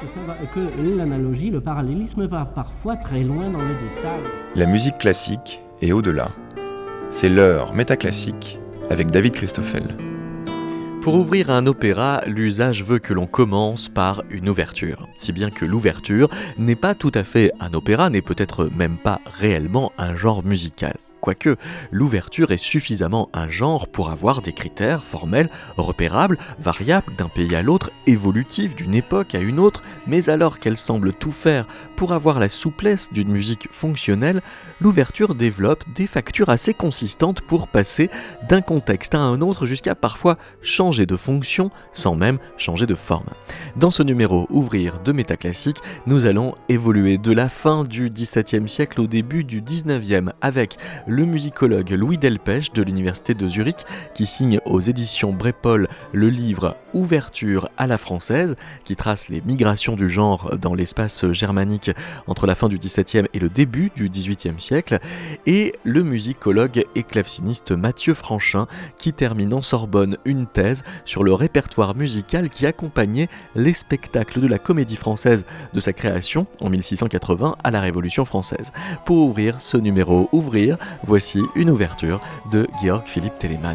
que l'analogie, le parallélisme va parfois très loin dans le détail. La musique classique et au-delà. C'est l'heure métaclassique avec David Christoffel. Pour ouvrir un opéra, l'usage veut que l'on commence par une ouverture. Si bien que l'ouverture n'est pas tout à fait un opéra, n'est peut-être même pas réellement un genre musical. Quoique, l'ouverture est suffisamment un genre pour avoir des critères formels, repérables, variables d'un pays à l'autre, évolutifs d'une époque à une autre, mais alors qu'elle semble tout faire pour avoir la souplesse d'une musique fonctionnelle, l'ouverture développe des factures assez consistantes pour passer d'un contexte à un autre jusqu'à parfois changer de fonction sans même changer de forme. Dans ce numéro Ouvrir de Métaclassique, nous allons évoluer de la fin du XVIIe siècle au début du XIXe avec le musicologue Louis Delpech de l'université de Zurich qui signe aux éditions Brépol le livre Ouverture à la française qui trace les migrations du genre dans l'espace germanique entre la fin du XVIIe et le début du XVIIIe siècle et le musicologue et claveciniste Mathieu Franchin qui termine en Sorbonne une thèse sur le répertoire musical qui accompagnait les spectacles de la Comédie Française de sa création en 1680 à la Révolution française. Pour ouvrir ce numéro Ouvrir, voici une ouverture de Georg Philipp Telemann.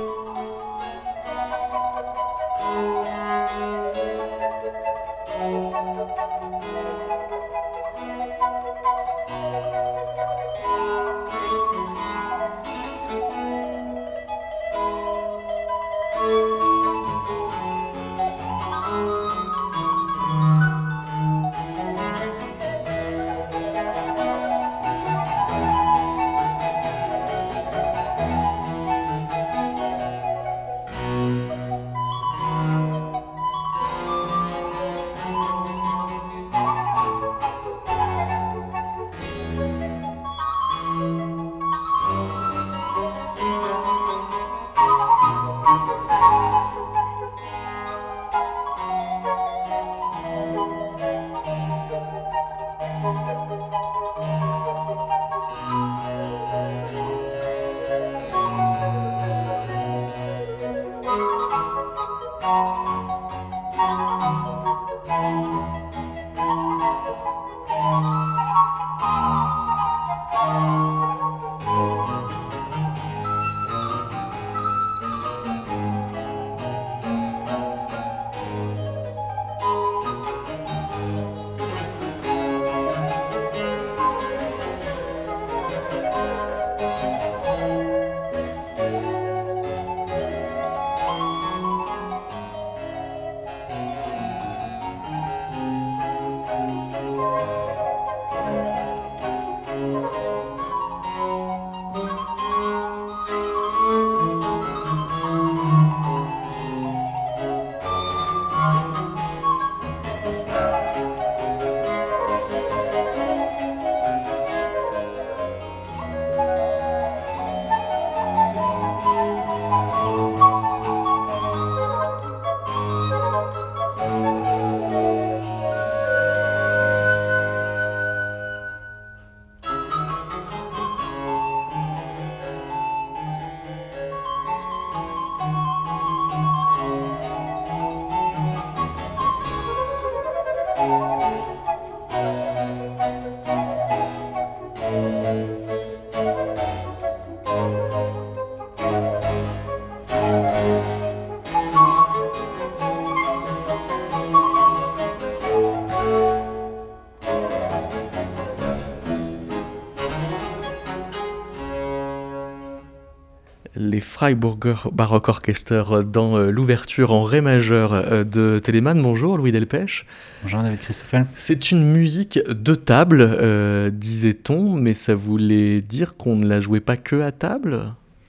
Les Freiburger Baroque Orchester dans l'ouverture en ré majeur de Telemann. Bonjour Louis Delpech. Bonjour David Christoffel. C'est une musique de table, disait-on, mais ça voulait dire qu'on ne la jouait pas que à table ?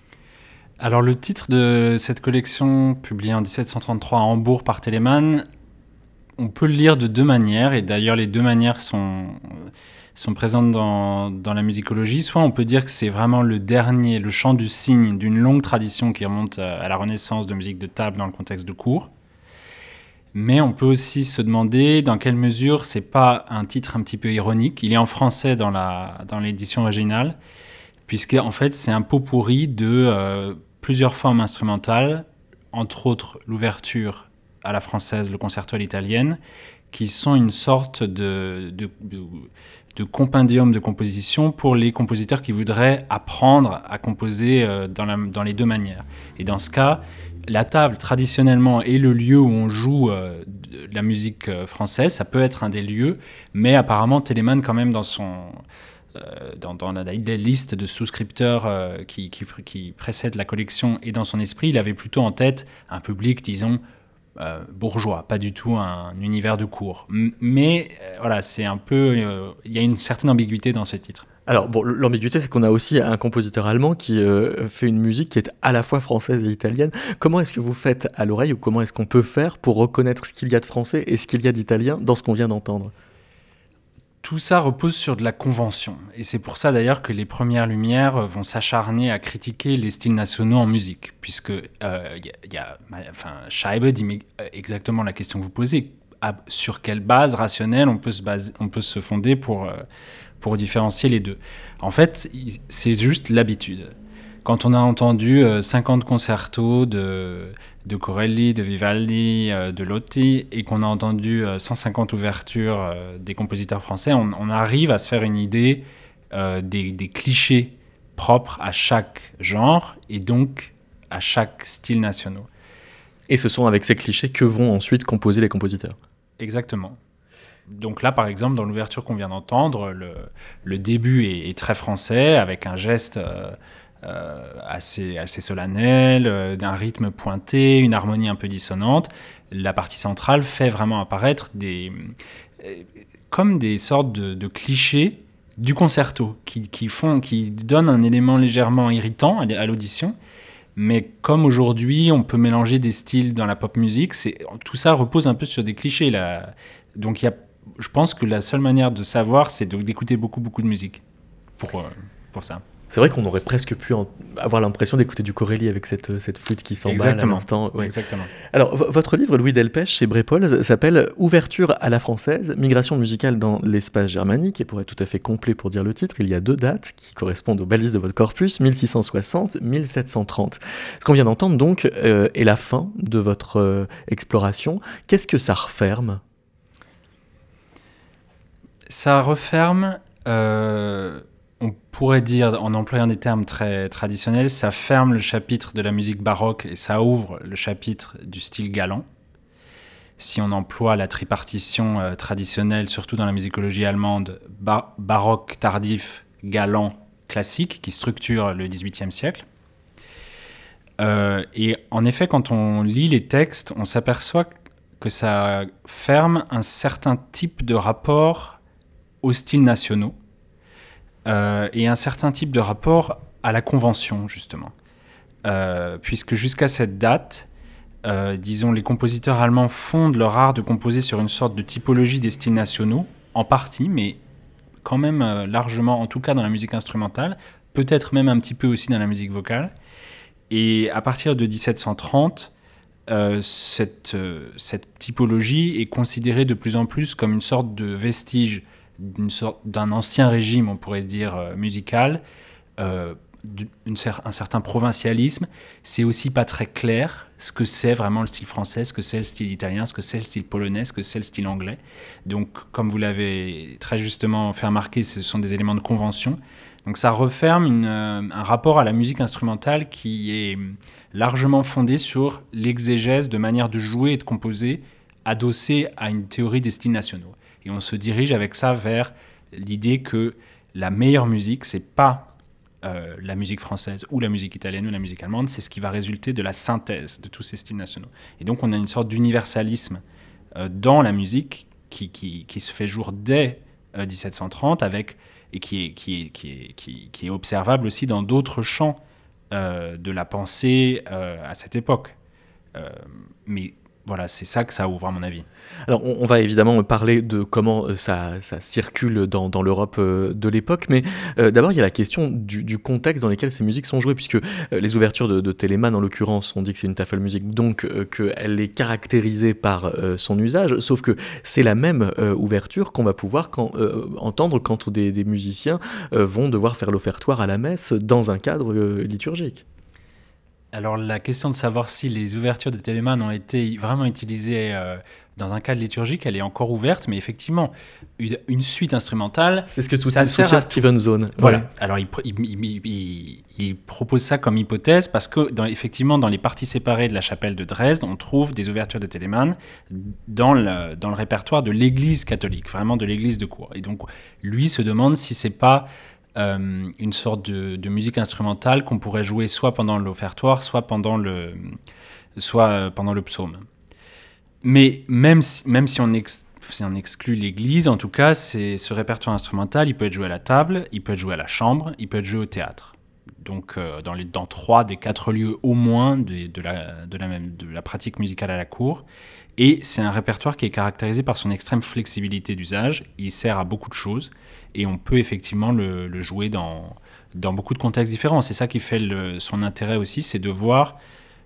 Alors le titre de cette collection, publiée en 1733 à Hambourg par Telemann, on peut le lire de deux manières, et d'ailleurs les deux manières sont présentes dans la musicologie. Soit on peut dire que c'est vraiment le chant du cygne d'une longue tradition qui remonte à la Renaissance de musique de table dans le contexte de cour. Mais on peut aussi se demander dans quelle mesure c'est pas un titre un petit peu ironique. Il est en français dans l'édition originale, puisque en fait c'est un pot-pourri de plusieurs formes instrumentales, entre autres l'ouverture à la française, le concerto à l'italienne, qui sont une sorte de compendium de composition pour les compositeurs qui voudraient apprendre à composer dans les deux manières. Et dans ce cas, la table, traditionnellement, est le lieu où on joue de la musique française. Ça peut être un des lieux, mais apparemment, Telemann, quand même, dans la liste de souscripteurs qui précède la collection et dans son esprit, il avait plutôt en tête un public, disons, bourgeois, pas du tout un univers de cours. Mais voilà, c'est un peu... Il y a une certaine ambiguïté dans ce titre. Alors, bon, l'ambiguïté, c'est qu'on a aussi un compositeur allemand qui fait une musique qui est à la fois française et italienne. Comment est-ce que vous faites à l'oreille, ou comment est-ce qu'on peut faire pour reconnaître ce qu'il y a de français et ce qu'il y a d'italien dans ce qu'on vient d'entendre ? Tout ça repose sur de la convention. Et c'est pour ça d'ailleurs que les Premières Lumières vont s'acharner à critiquer les styles nationaux en musique. Puisque Scheibe dit exactement la question que vous posez. Sur quelle base rationnelle on peut se fonder pour différencier les deux. En fait, c'est juste l'habitude. Quand on a entendu 50 concertos de Corelli, de Vivaldi, de Lotti, et qu'on a entendu 150 ouvertures des compositeurs français, on arrive à se faire une idée des clichés propres à chaque genre, et donc à chaque style national. Et ce sont avec ces clichés que vont ensuite composer les compositeurs. Exactement. Donc là, par exemple, dans l'ouverture qu'on vient d'entendre, le début est très français, avec un geste assez solennel, d'un rythme pointé, une harmonie un peu dissonante. La partie centrale fait vraiment apparaître comme des sortes de clichés du concerto, qui donnent un élément légèrement irritant à l'audition. Mais comme aujourd'hui, on peut mélanger des styles dans la pop music, tout ça repose un peu sur des clichés. Là. Donc je pense que la seule manière de savoir, c'est d'écouter beaucoup de musique pour ça. C'est vrai qu'on aurait presque pu avoir l'impression d'écouter du Corelli avec cette flûte qui s'emballe à l'instant. Ouais. Exactement. Alors, votre livre, Louis Delpech, chez Brepols, s'appelle « Ouverture à la française, migration musicale dans l'espace germanique ». Et pour être tout à fait complet pour dire le titre, il y a 2 dates qui correspondent aux balises de votre corpus, 1660, 1730. Ce qu'on vient d'entendre, donc, est la fin de votre exploration. Qu'est-ce que ça referme ? Ça referme... on pourrait dire, en employant des termes très traditionnels, ça ferme le chapitre de la musique baroque et ça ouvre le chapitre du style galant. Si on emploie la tripartition traditionnelle, surtout dans la musicologie allemande, baroque, tardif, galant, classique, qui structure le XVIIIe siècle. Et en effet, quand on lit les textes, on s'aperçoit que ça ferme un certain type de rapport aux styles nationaux. Et un certain type de rapport à la convention, justement. Puisque jusqu'à cette date, disons, les compositeurs allemands fondent leur art de composer sur une sorte de typologie des styles nationaux, en partie, mais quand même largement, en tout cas dans la musique instrumentale, peut-être même un petit peu aussi dans la musique vocale. Et à partir de 1730, cette typologie est considérée de plus en plus comme une sorte de vestige d'un ancien régime, on pourrait dire, musical, un certain provincialisme. C'est aussi pas très clair ce que c'est vraiment le style français, ce que c'est le style italien, ce que c'est le style polonais, ce que c'est le style anglais. Donc, comme vous l'avez très justement fait remarquer, ce sont des éléments de convention. Donc ça referme un rapport à la musique instrumentale qui est largement fondé sur l'exégèse de manière de jouer et de composer adossée à une théorie des styles nationaux. Et on se dirige avec ça vers l'idée que la meilleure musique, c'est pas la musique française ou la musique italienne ou la musique allemande, c'est ce qui va résulter de la synthèse de tous ces styles nationaux. Et donc on a une sorte d'universalisme dans la musique qui se fait jour dès 1730 et qui est observable aussi dans d'autres champs de la pensée à cette époque. Mais voilà, c'est ça que ça ouvre, à mon avis. Alors, on va évidemment parler de comment ça circule dans l'Europe de l'époque, mais d'abord, il y a la question du contexte dans lequel ces musiques sont jouées, puisque les ouvertures de Telemann, en l'occurrence, on dit que c'est une Tafelmusik, donc qu'elle est caractérisée par son usage, sauf que c'est la même ouverture qu'on va pouvoir entendre quand des musiciens vont devoir faire l'offertoire à la messe dans un cadre liturgique. Alors la question de savoir si les ouvertures de Telemann ont été vraiment utilisées dans un cadre liturgique, elle est encore ouverte, mais effectivement, une suite instrumentale... C'est ce que tout ça sert soutient à- Steven Zone. Voilà. Ouais. Alors il propose ça comme hypothèse parce que effectivement dans les parties séparées de la chapelle de Dresde, on trouve des ouvertures de Telemann dans le répertoire de l'Église catholique, vraiment de l'Église de cour. Et donc lui se demande si c'est pas une sorte de musique instrumentale qu'on pourrait jouer soit pendant l'offertoire, soit pendant le psaume. Mais même si on exclut l'église, en tout cas, ce répertoire instrumental, il peut être joué à la table, il peut être joué à la chambre, il peut être joué au théâtre. Donc, dans 3 des 4 lieux au moins de la pratique musicale à la cour. Et c'est un répertoire qui est caractérisé par son extrême flexibilité d'usage. Il sert à beaucoup de choses et on peut effectivement le jouer dans beaucoup de contextes différents. C'est ça qui fait son intérêt aussi, c'est de voir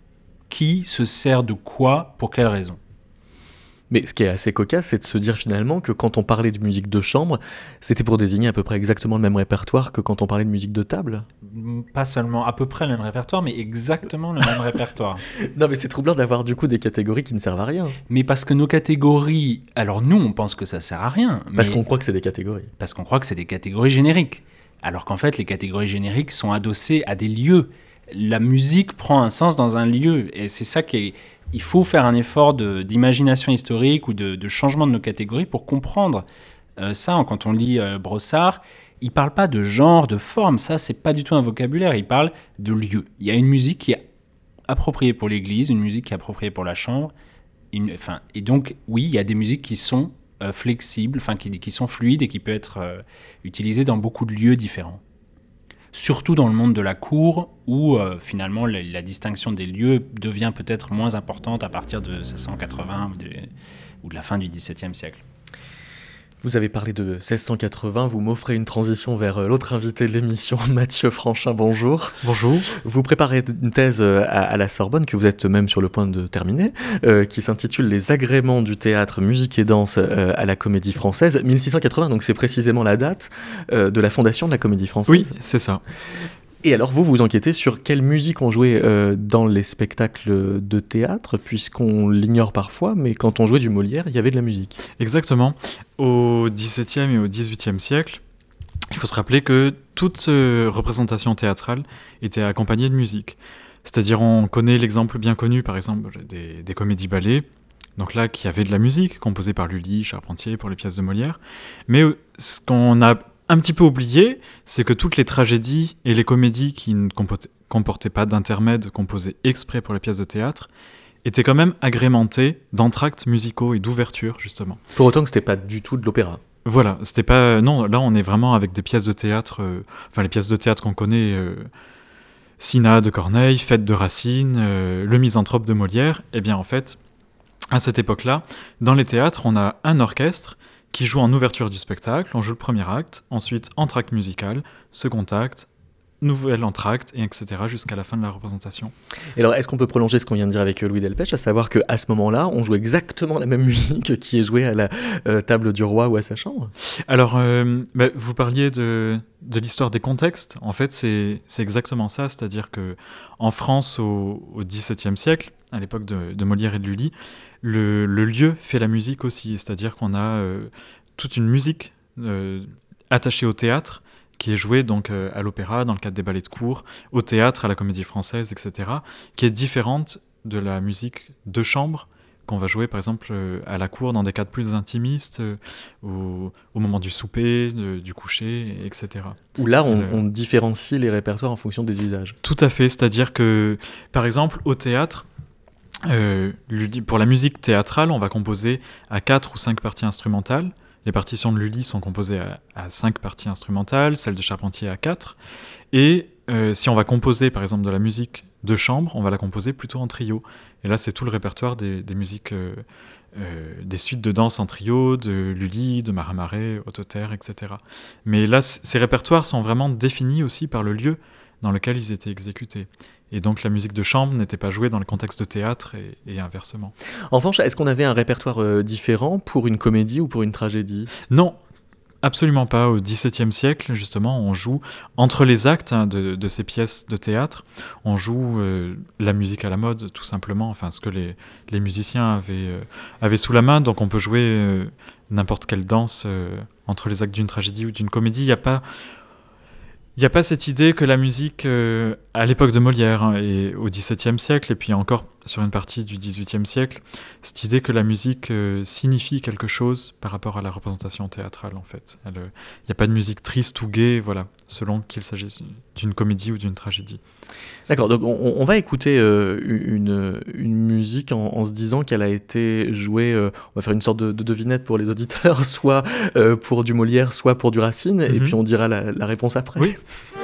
qui se sert de quoi, pour quelles raisons. Mais ce qui est assez cocasse, c'est de se dire finalement que quand on parlait de musique de chambre, c'était pour désigner à peu près exactement le même répertoire que quand on parlait de musique de table. Pas seulement à peu près le même répertoire, mais exactement le même répertoire. Non mais c'est troublant d'avoir du coup des catégories qui ne servent à rien. Mais parce que nos catégories... Alors nous, on pense que ça sert à rien. Parce mais qu'on croit que c'est des catégories. Parce qu'on croit que c'est des catégories génériques. Alors qu'en fait, les catégories génériques sont adossées à des lieux. La musique prend un sens dans un lieu. Et c'est ça qui est... Il faut faire un effort d'imagination historique ou de changement de nos catégories pour comprendre ça. Quand on lit Brossard, il ne parle pas de genre, de forme. Ça, c'est pas du tout un vocabulaire. Il parle de lieu. Il y a une musique qui est appropriée pour l'église, une musique qui est appropriée pour la chambre. Et donc, oui, il y a des musiques qui sont flexibles, qui sont fluides et qui peuvent être utilisées dans beaucoup de lieux différents. Surtout dans le monde de la cour, où finalement la distinction des lieux devient peut-être moins importante à partir de 1680 ou de la fin du XVIIe siècle. Vous avez parlé de 1680, vous m'offrez une transition vers l'autre invité de l'émission, Mathieu Franchin, bonjour. Bonjour. Vous préparez une thèse à la Sorbonne, que vous êtes même sur le point de terminer, qui s'intitule « Les agréments du théâtre, musique et danse à la Comédie Française ». 1680, donc c'est précisément la date de la fondation de la Comédie Française. Oui, c'est ça. Et alors vous enquêtez sur quelle musique on jouait dans les spectacles de théâtre, puisqu'on l'ignore parfois, mais quand on jouait du Molière, il y avait de la musique. Exactement. Au XVIIe et au XVIIIe siècle, il faut se rappeler que toute représentation théâtrale était accompagnée de musique. C'est-à-dire, on connaît l'exemple bien connu, par exemple, des comédies-ballets, donc là, qui avaient de la musique, composée par Lully, Charpentier, pour les pièces de Molière. Mais ce qu'on a un petit peu oublié, c'est que toutes les tragédies et les comédies qui ne comportaient pas d'intermèdes composés exprès pour les pièces de théâtre étaient quand même agrémentées d'entr'actes musicaux et d'ouvertures, justement. Pour autant que c'était pas du tout de l'opéra. Voilà, c'était pas... Non, là, on est vraiment avec des pièces de théâtre... les pièces de théâtre qu'on connaît... Cinna de Corneille, Fête de Racine, Le Misanthrope de Molière. Eh bien, en fait, à cette époque-là, dans les théâtres, on a un orchestre qui joue en ouverture du spectacle, on joue le premier acte, ensuite entr'acte musical, second acte, nouvel entr'acte, et etc. jusqu'à la fin de la représentation. Et alors, est-ce qu'on peut prolonger ce qu'on vient de dire avec Louis Delpech, à savoir qu'à ce moment-là, on joue exactement la même musique qui est jouée à la table du roi ou à sa chambre ? Alors, vous parliez de l'histoire des contextes. En fait, c'est exactement ça, c'est-à-dire qu'en France, au XVIIe siècle, à l'époque de Molière et de Lully, le lieu fait la musique aussi, c'est-à-dire qu'on a toute une musique attachée au théâtre, qui est jouée donc à l'opéra, dans le cadre des ballets de cour, au théâtre, à la Comédie Française, etc., qui est différente de la musique de chambre qu'on va jouer par exemple à la cour dans des cadres plus intimistes, au moment du souper, du coucher, etc. Où là, on différencie les répertoires en fonction des usages. Tout à fait, c'est-à-dire que, par exemple, au théâtre, pour la musique théâtrale, on va composer à 4 ou 5 parties instrumentales. Les partitions de Lully sont composées à 5 parties instrumentales, celles de Charpentier à 4. Et si on va composer, par exemple, de la musique de chambre, on va la composer plutôt en trio. Et là, c'est tout le répertoire des musiques, des suites de danse en trio, de Lully, de Marat-Marais, Hauteterre, etc. Mais là, ces répertoires sont vraiment définis aussi par le lieu dans lequel ils étaient exécutés. Et donc la musique de chambre n'était pas jouée dans le contexte de théâtre et inversement. En revanche, est-ce qu'on avait un répertoire différent pour une comédie ou pour une tragédie ? Non, absolument pas. Au XVIIe siècle, justement, on joue entre les actes de ces pièces de théâtre, on joue la musique à la mode, tout simplement, enfin ce que les musiciens avaient sous la main. Donc on peut jouer n'importe quelle danse entre les actes d'une tragédie ou d'une comédie. Il n'y a pas cette idée que la musique, à l'époque de Molière et au XVIIe siècle, et puis encore sur une partie du XVIIIe siècle, cette idée que la musique signifie quelque chose par rapport à la représentation théâtrale, en fait. Il n'y a pas de musique triste ou gaie, voilà, selon qu'il s'agisse d'une comédie ou d'une tragédie. D'accord, donc on va écouter une musique en se disant qu'elle a été jouée, on va faire une sorte de devinette pour les auditeurs, soit pour du Molière, soit pour du Racine, et puis on dira la réponse après. Oui.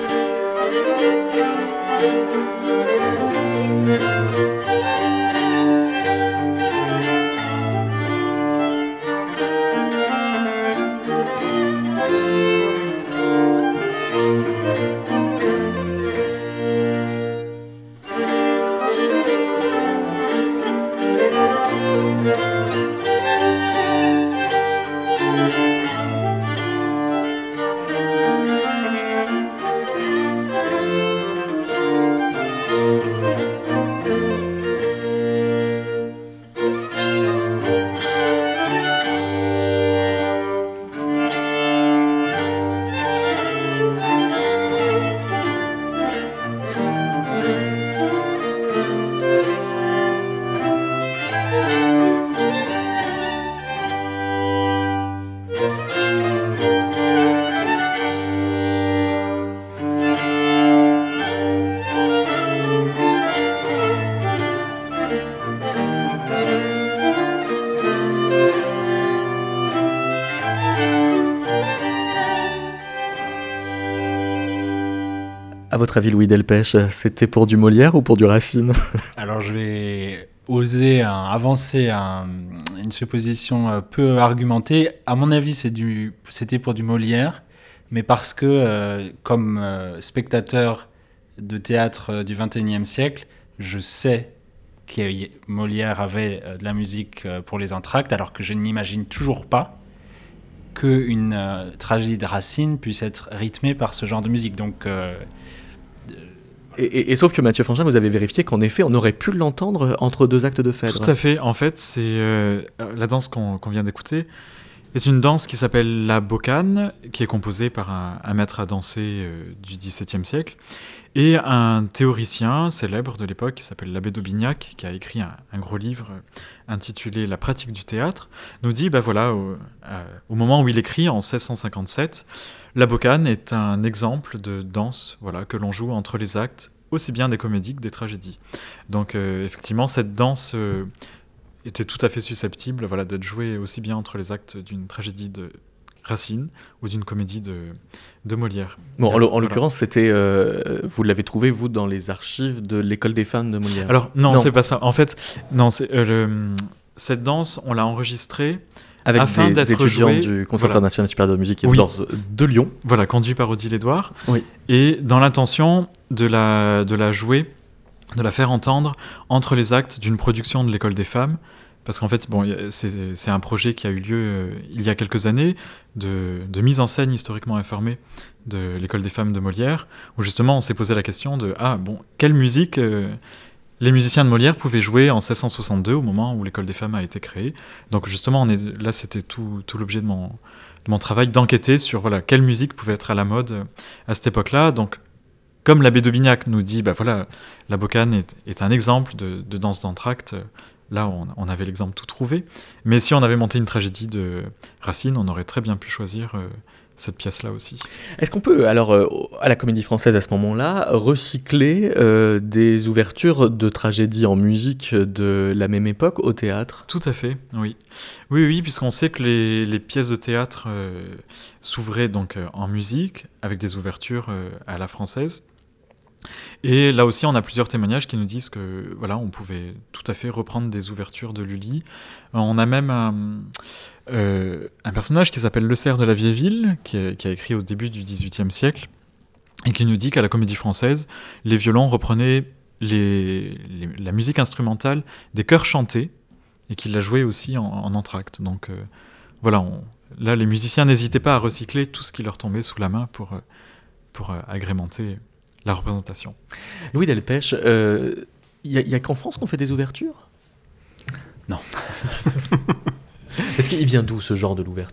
À votre avis, Louis Delpech, c'était pour du Molière ou pour du Racine ? Alors je vais oser avancer une supposition peu argumentée. À mon avis, c'était pour du Molière, mais parce que, comme spectateur de théâtre du XXIe siècle, je sais que Molière avait de la musique pour les entr'actes, alors que je n'imagine toujours pas qu'une tragédie de Racine puisse être rythmée par ce genre de musique. Donc... Et sauf que Mathieu Frangin, vous avez vérifié qu'en effet, on aurait pu l'entendre entre deux actes de Phèdre. Tout à fait. En fait, c'est la danse qu'on vient d'écouter. C'est une danse qui s'appelle la bocane, qui est composée par un maître à danser du XVIIe siècle et un théoricien célèbre de l'époque qui s'appelle l'abbé d'Aubignac, qui a écrit un gros livre intitulé La pratique du théâtre, nous dit, au moment où il écrit, en 1657, la bocane est un exemple de danse que l'on joue entre les actes, aussi bien des comédies que des tragédies. Donc effectivement, cette danse était tout à fait susceptible d'être jouée aussi bien entre les actes d'une tragédie de Racine ou d'une comédie de Molière. Bon, en l'occurrence, c'était, vous l'avez trouvé, vous, dans les archives de l'École des femmes de Molière. Alors, non, c'est pas ça. En fait, non, cette danse, on l'a enregistrée avec afin des d'être étudiants jouée, du Conservatoire national supérieur de musique et de danse de Lyon. Voilà, conduit par Odile Édouard. Oui. Et dans l'intention de la jouer, de la faire entendre entre les actes d'une production de l'École des femmes. Parce qu'en fait, c'est un projet qui a eu lieu il y a quelques années, de mise en scène historiquement informée de l'École des femmes de Molière, où justement on s'est posé la question de quelle musique les musiciens de Molière pouvaient jouer en 1662, au moment où l'École des femmes a été créée. Donc justement, là c'était tout l'objet de mon travail, d'enquêter sur quelle musique pouvait être à la mode à cette époque-là. Donc, comme l'abbé d'Aubignac nous dit, la bocane est un exemple de danse d'entr'acte. Là, on avait l'exemple tout trouvé. Mais si on avait monté une tragédie de Racine, on aurait très bien pu choisir cette pièce-là aussi. Est-ce qu'on peut, alors, à la Comédie Française, à ce moment-là, recycler des ouvertures de tragédies en musique de la même époque au théâtre ? Tout à fait, oui. Oui, puisqu'on sait que les pièces de théâtre s'ouvraient donc en musique, avec des ouvertures à la française. Et là aussi, on a plusieurs témoignages qui nous disent que on pouvait tout à fait reprendre des ouvertures de Lully. On a même un personnage qui s'appelle Le Cerf de la Vieille Ville, qui a écrit au début du XVIIIe siècle, et qui nous dit qu'à la Comédie Française, les violons reprenaient la musique instrumentale des chœurs chantés, et qu'il l'a joué aussi en entr'acte. Donc là, les musiciens n'hésitaient pas à recycler tout ce qui leur tombait sous la main pour agrémenter la représentation. Louis Delpech, il y a qu'en France qu'on fait des ouvertures ? Non. Est-ce qu'il vient d'où ce genre de l'ouverture ?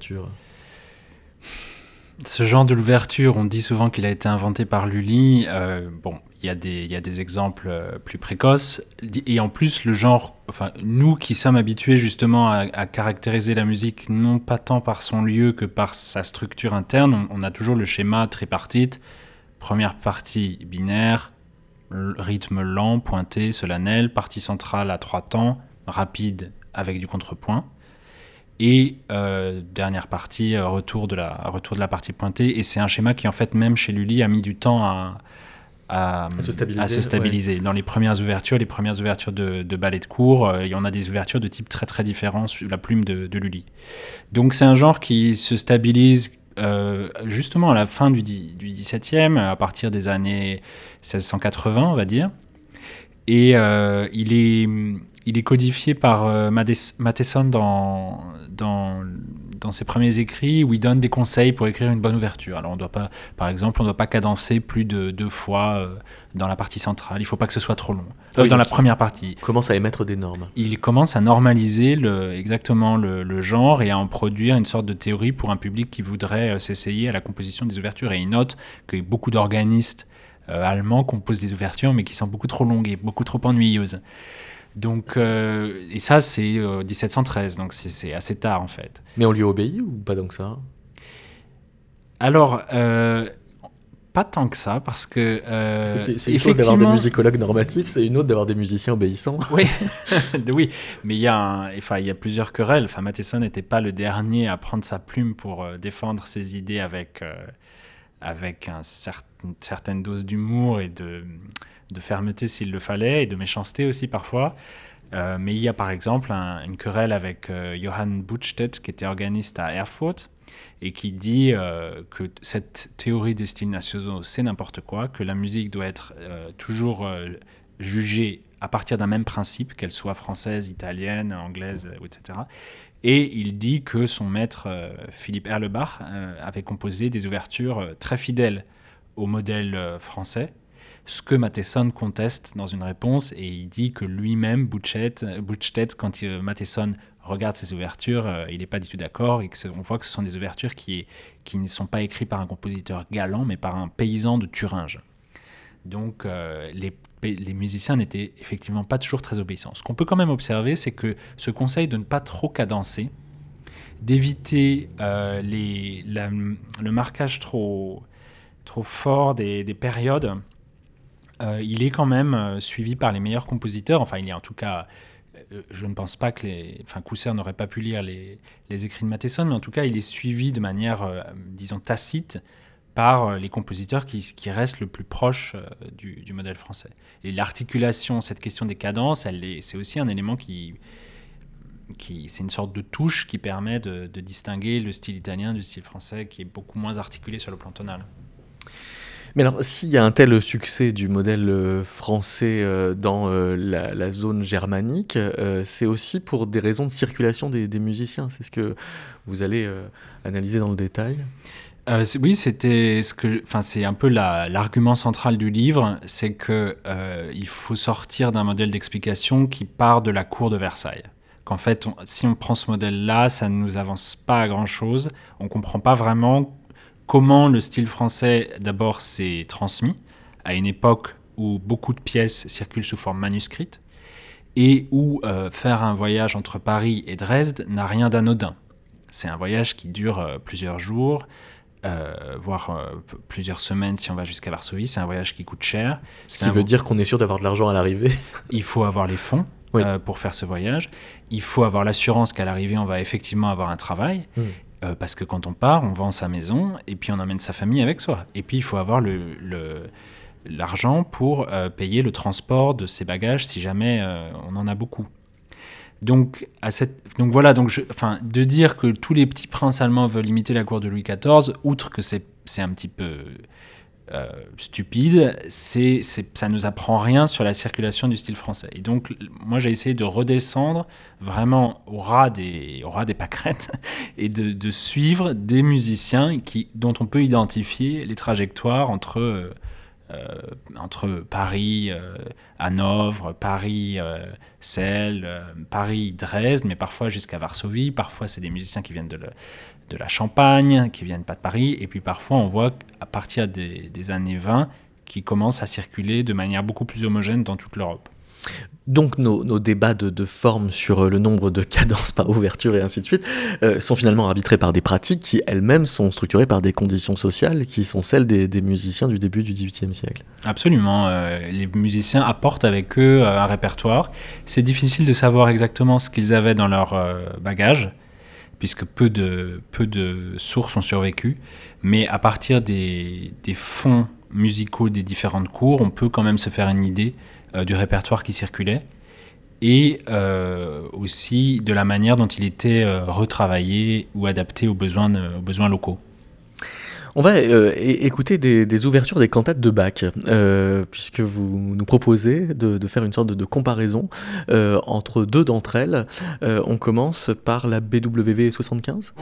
Ce genre de l'ouverture, on dit souvent qu'il a été inventé par Lully. Bon, il y a des exemples plus précoces. Et en plus, le genre, enfin, nous qui sommes habitués justement à caractériser la musique, non pas tant par son lieu que par sa structure interne, on a toujours le schéma tripartite. Première partie binaire, rythme lent, pointé, solennel, partie centrale à 3 temps, rapide avec du contrepoint. Et dernière partie, retour de la partie pointée. Et c'est un schéma qui, en fait, même chez Lully, a mis du temps à se stabiliser. Ouais. Dans les premières ouvertures de ballet de cour, il y en a des ouvertures de type très très différent sur la plume de Lully. Donc c'est un genre qui se stabilise justement à la fin du XVIIe, à partir des années 1680, on va dire. Et il est codifié par Mattheson dans ses premiers écrits, où il donne des conseils pour écrire une bonne ouverture. Alors, par exemple, on ne doit pas cadencer plus de 2 fois dans la partie centrale. Il ne faut pas que ce soit trop long. Dans la première partie. Il commence à émettre des normes. Il commence à normaliser exactement le genre et à en produire une sorte de théorie pour un public qui voudrait s'essayer à la composition des ouvertures. Et il note que beaucoup d'organistes allemands composent des ouvertures, mais qui sont beaucoup trop longues et beaucoup trop ennuyeuses. Donc, et ça, c'est 1713, donc c'est assez tard en fait. Mais on lui obéit ou pas tant que ça ? Alors, pas tant que ça, parce que c'est une chose d'avoir des musicologues normatifs, c'est une autre d'avoir des musiciens obéissants. Oui, oui, mais il y a plusieurs querelles. Enfin, Mattheson n'était pas le dernier à prendre sa plume pour défendre ses idées avec une certaine dose d'humour et de fermeté s'il le fallait, et de méchanceté aussi parfois. Mais il y a par exemple une querelle avec Johann Buttstedt, qui était organiste à Erfurt, et qui dit que cette théorie des styles nationaux, c'est n'importe quoi, que la musique doit être toujours jugée à partir d'un même principe, qu'elle soit française, italienne, anglaise, etc. Et il dit que son maître, Philippe Erlebach, avait composé des ouvertures très fidèles au modèle français, ce que Mattheson conteste dans une réponse, et il dit que lui-même, Buttstedt, quand Mattheson regarde ses ouvertures, il n'est pas du tout d'accord, et on voit que ce sont des ouvertures qui ne sont pas écrites par un compositeur galant, mais par un paysan de Thuringe. Donc les musiciens n'étaient effectivement pas toujours très obéissants. Ce qu'on peut quand même observer, c'est que ce conseil de ne pas trop cadencer, d'éviter le marquage trop fort des périodes, il est quand même suivi par les meilleurs compositeurs. Enfin, il est en tout cas, je ne pense pas que Cousser n'aurait pas pu lire les écrits de Mattheson, mais en tout cas, il est suivi de manière, disons, tacite par les compositeurs qui restent le plus proche du modèle français. Et l'articulation, cette question des cadences, c'est aussi un élément c'est une sorte de touche qui permet de distinguer le style italien du style français, qui est beaucoup moins articulé sur le plan tonal. Mais alors, s'il y a un tel succès du modèle français dans la zone germanique, c'est aussi pour des raisons de circulation des musiciens. C'est ce que vous allez analyser dans le détail. Oui, c'est un peu l'argument central du livre, c'est que il faut sortir d'un modèle d'explication qui part de la cour de Versailles. Qu'en fait, si on prend ce modèle-là, ça ne nous avance pas à grand-chose. On ne comprend pas vraiment comment le style français, d'abord, s'est transmis à une époque où beaucoup de pièces circulent sous forme manuscrite et où faire un voyage entre Paris et Dresde n'a rien d'anodin. C'est un voyage qui dure plusieurs jours, voire plusieurs semaines si on va jusqu'à Varsovie. C'est un voyage qui coûte cher. Ce qui veut dire qu'on est sûr d'avoir de l'argent à l'arrivée. Il faut avoir les fonds pour faire ce voyage. Il faut avoir l'assurance qu'à l'arrivée, on va effectivement avoir un travail. Parce que quand on part, on vend sa maison et puis on emmène sa famille avec soi. Et puis il faut avoir l'argent pour payer le transport de ses bagages si jamais on en a beaucoup. Donc de dire que tous les petits princes allemands veulent imiter la cour de Louis XIV, outre que c'est un petit peu stupide, ça nous apprend rien sur la circulation du style français. Et donc, moi, j'ai essayé de redescendre vraiment au ras des pâquerettes et de suivre des musiciens dont on peut identifier les trajectoires entre Paris, Hanovre, Paris, Celle, Paris, Dresde, mais parfois jusqu'à Varsovie. Parfois, c'est des musiciens qui viennent de la Champagne, qui viennent pas de Paris. Et puis parfois, on voit à partir des années 20 qui commencent à circuler de manière beaucoup plus homogène dans toute l'Europe. Donc nos débats de forme sur le nombre de cadences par ouverture et ainsi de suite sont finalement arbitrés par des pratiques qui elles-mêmes sont structurées par des conditions sociales qui sont celles des musiciens du début du XVIIIe siècle. Absolument, les musiciens apportent avec eux un répertoire. C'est difficile de savoir exactement ce qu'ils avaient dans leur bagage, puisque peu de sources ont survécu, mais à partir des fonds musicaux des différentes cours, on peut quand même se faire une idée du répertoire qui circulait et aussi de la manière dont il était retravaillé ou adapté aux besoins locaux. On va écouter des ouvertures des cantates de Bach, puisque vous nous proposez de faire une sorte de comparaison entre deux d'entre elles. On commence par la BWV 75.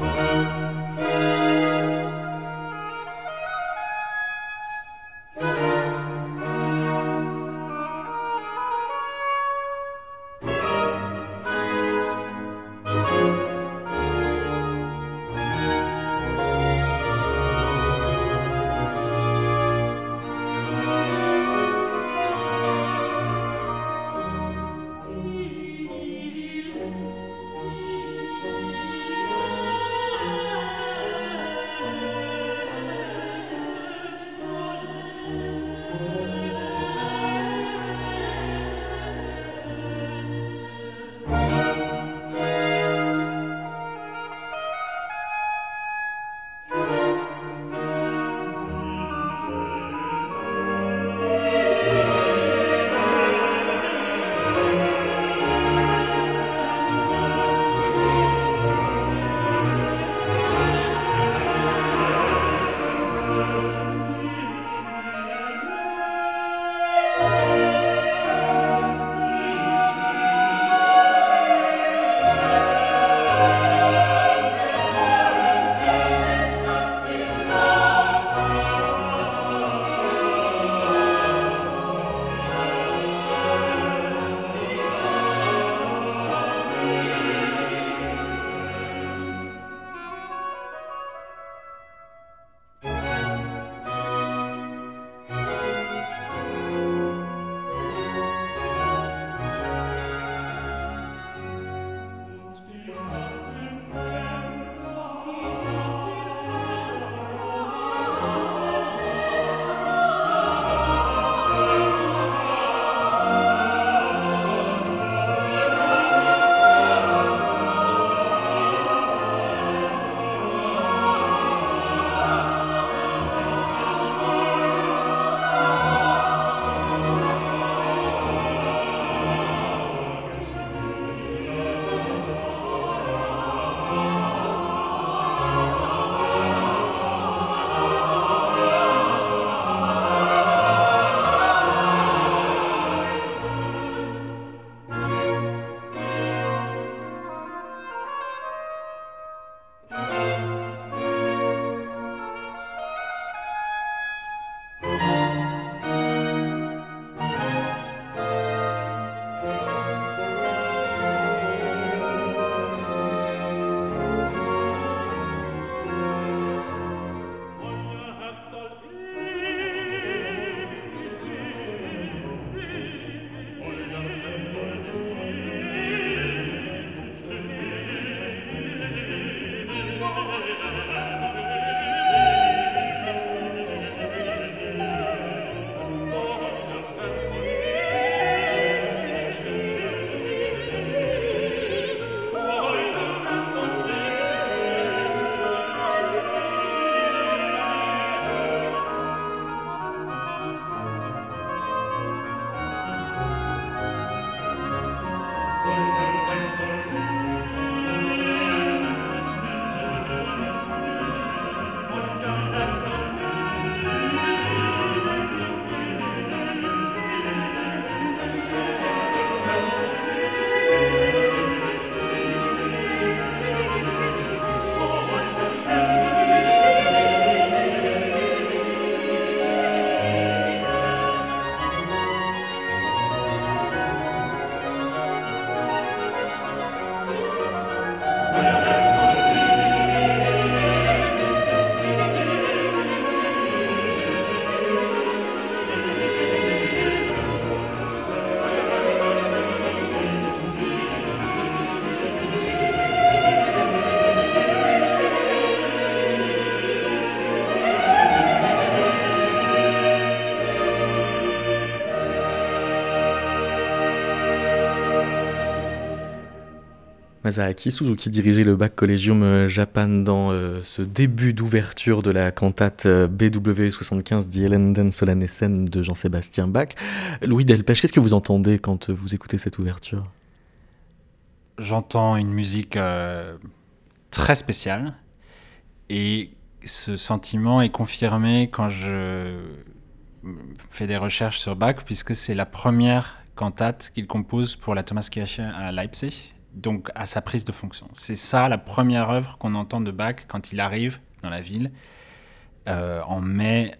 Masaaki Suzuki dirigeait le Bach Collegium Japan dans ce début d'ouverture de la cantate BWV 75 Die Elenden Solanessen de Jean-Sébastien Bach. Louis Delpech, qu'est-ce que vous entendez quand vous écoutez cette ouverture ? J'entends une musique très spéciale et ce sentiment est confirmé quand je fais des recherches sur Bach puisque c'est la première cantate qu'il compose pour la Thomaskirche à Leipzig, donc à sa prise de fonction. C'est ça la première œuvre qu'on entend de Bach quand il arrive dans la ville en mai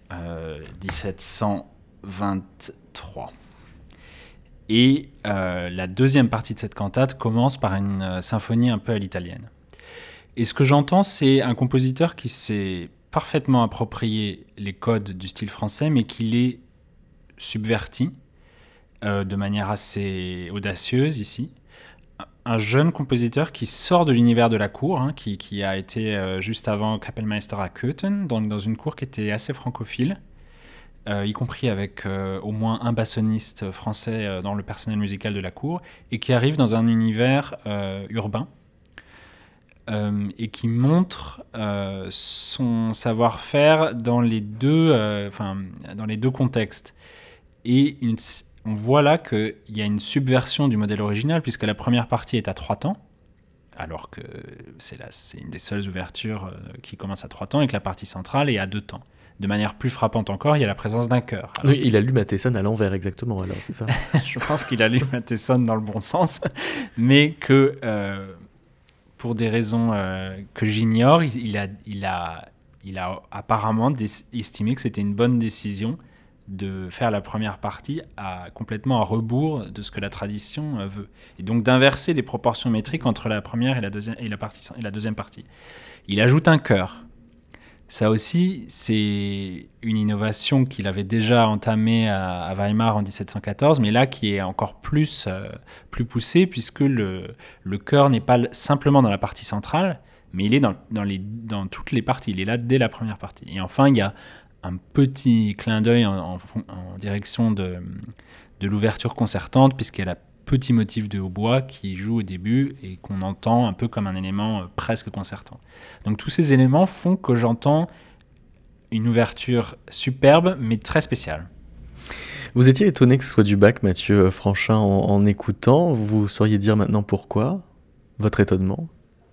1723. Et la deuxième partie de cette cantate commence par une symphonie un peu à l'italienne. Et ce que j'entends, c'est un compositeur qui s'est parfaitement approprié les codes du style français, mais qui les subvertit de manière assez audacieuse ici. Un jeune compositeur qui sort de l'univers de la cour, qui a été juste avant Kapellmeister à Köthen, donc dans une cour qui était assez francophile, y compris avec au moins un bassoniste français dans le personnel musical de la cour, et qui arrive dans un univers urbain, et qui montre son savoir-faire dans les deux contextes. Et on voit là qu'il y a une subversion du modèle original, puisque la première partie est à 3 temps, alors que c'est une des seules ouvertures qui commence à 3 temps, et que la partie centrale est à 2 temps. De manière plus frappante encore, il y a la présence d'un chœur. Alors, oui, il a lu Matheson à l'envers, exactement, alors, c'est ça. Je pense qu'il a lu Matheson dans le bon sens, mais que, pour des raisons que j'ignore, il a apparemment estimé que c'était une bonne décision de faire la première partie complètement à rebours de ce que la tradition veut. Et donc d'inverser les proportions métriques entre la première et la deuxième partie. Il ajoute un chœur. Ça aussi, c'est une innovation qu'il avait déjà entamée à Weimar en 1714, mais là qui est encore plus poussée, puisque le chœur n'est pas simplement dans la partie centrale, mais il est dans toutes les parties. Il est là dès la première partie. Et enfin, il y a un petit clin d'œil en direction de l'ouverture concertante, puisqu'il y a le petit motif de hautbois qui joue au début et qu'on entend un peu comme un élément presque concertant. Donc tous ces éléments font que j'entends une ouverture superbe, mais très spéciale. Vous étiez étonné que ce soit du Bach, Mathieu Franchin, en écoutant. Vous sauriez dire maintenant pourquoi ? Votre étonnement ?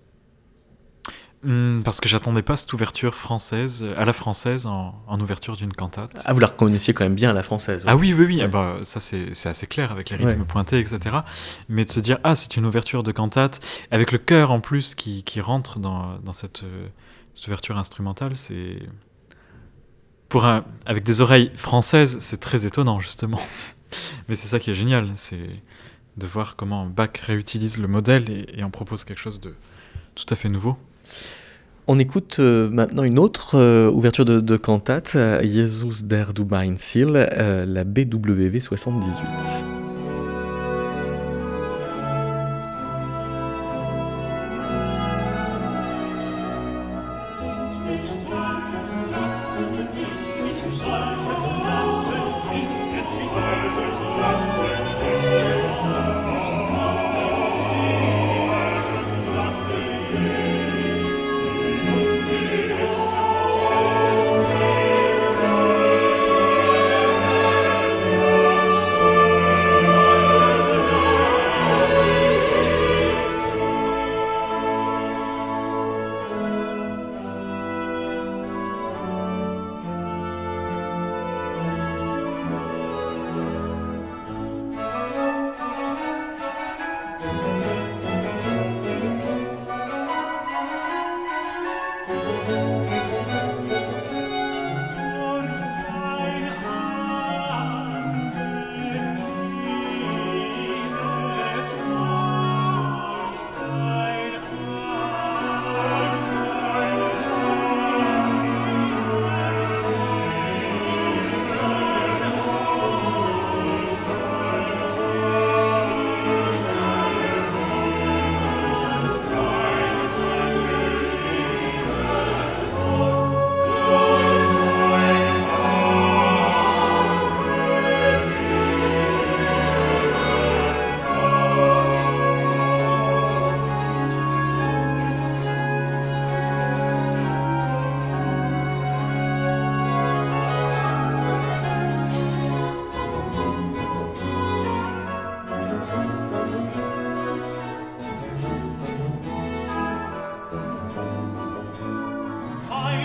Parce que j'attendais pas cette ouverture française, à la française, en ouverture d'une cantate. Ah, vous la reconnaissiez quand même bien à la française. Ouais. Ah oui. Ouais. Ah bah, ça c'est assez clair avec les rythmes pointés, etc. Mais de se dire, c'est une ouverture de cantate, avec le chœur en plus qui rentre dans cette ouverture instrumentale, c'est... Avec des oreilles françaises, c'est très étonnant, justement. Mais c'est ça qui est génial, c'est de voir comment Bach réutilise le modèle et en propose quelque chose de tout à fait nouveau. On écoute maintenant une autre ouverture de cantate, Jesus der du mein Ziel, la BWV 78.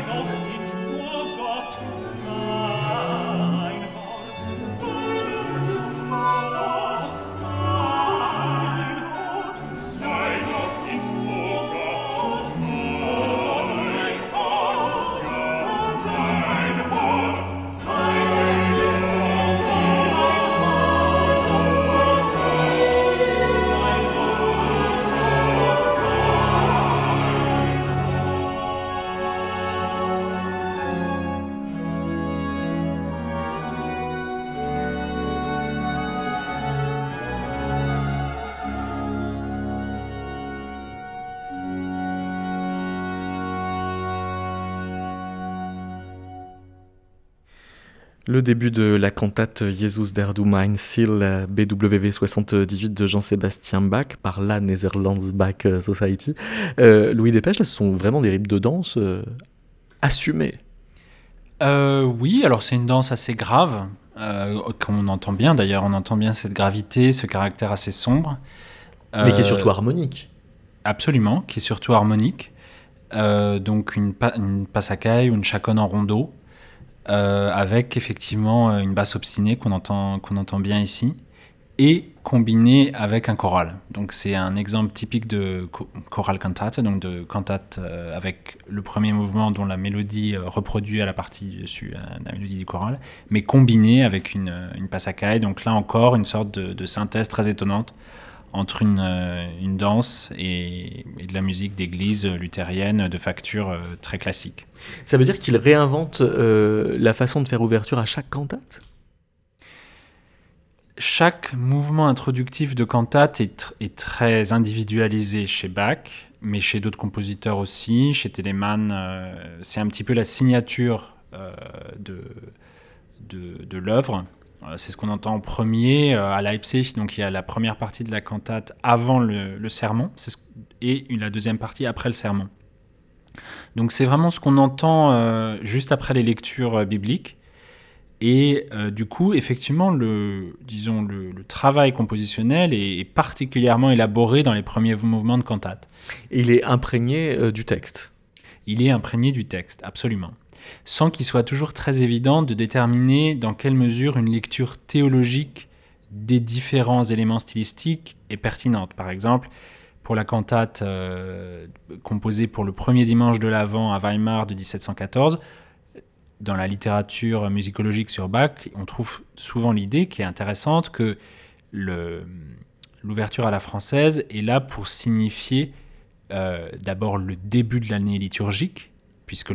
Le début de la cantate Jesus der du mein Ziel, la BWV 78 de Jean-Sébastien Bach par la Netherlands Bach Society. Louis Dépêche, là, ce sont vraiment des rythmes de danse assumés. Oui, alors c'est une danse assez grave, qu'on entend bien d'ailleurs, on entend bien cette gravité, ce caractère assez sombre. Mais qui est surtout harmonique. Absolument, qui est surtout harmonique. Donc une passacaille ou une chaconne en rondeau. Avec effectivement une basse obstinée qu'on entend bien ici, et combinée avec un choral. Donc c'est un exemple typique de choral cantate, donc de cantate avec le premier mouvement dont la mélodie reproduit à la partie dessus la mélodie du choral, mais combinée avec une passacaille. Donc là encore, une sorte de synthèse très étonnante entre une danse et de la musique d'église luthérienne de facture très classique. Ça veut dire qu'il réinvente la façon de faire ouverture à chaque cantate ? Chaque mouvement introductif de cantate est très individualisé chez Bach, mais chez d'autres compositeurs aussi. Chez Telemann, c'est un petit peu la signature de l'œuvre. C'est ce qu'on entend en premier à Leipzig. Donc il y a la première partie de la cantate avant le sermon et la deuxième partie après le sermon. Donc c'est vraiment ce qu'on entend juste après les lectures bibliques. Et du coup, effectivement, le travail compositionnel est particulièrement élaboré dans les premiers mouvements de cantate. Et il est imprégné du texte. Il est imprégné du texte, absolument. Sans qu'il soit toujours très évident de déterminer dans quelle mesure une lecture théologique des différents éléments stylistiques est pertinente. Par exemple, pour la cantate composée pour le premier dimanche de l'Avent à Weimar de 1714, dans la littérature musicologique sur Bach, on trouve souvent l'idée qui est intéressante que l'ouverture à la française est là pour signifier d'abord le début de l'année liturgique, puisque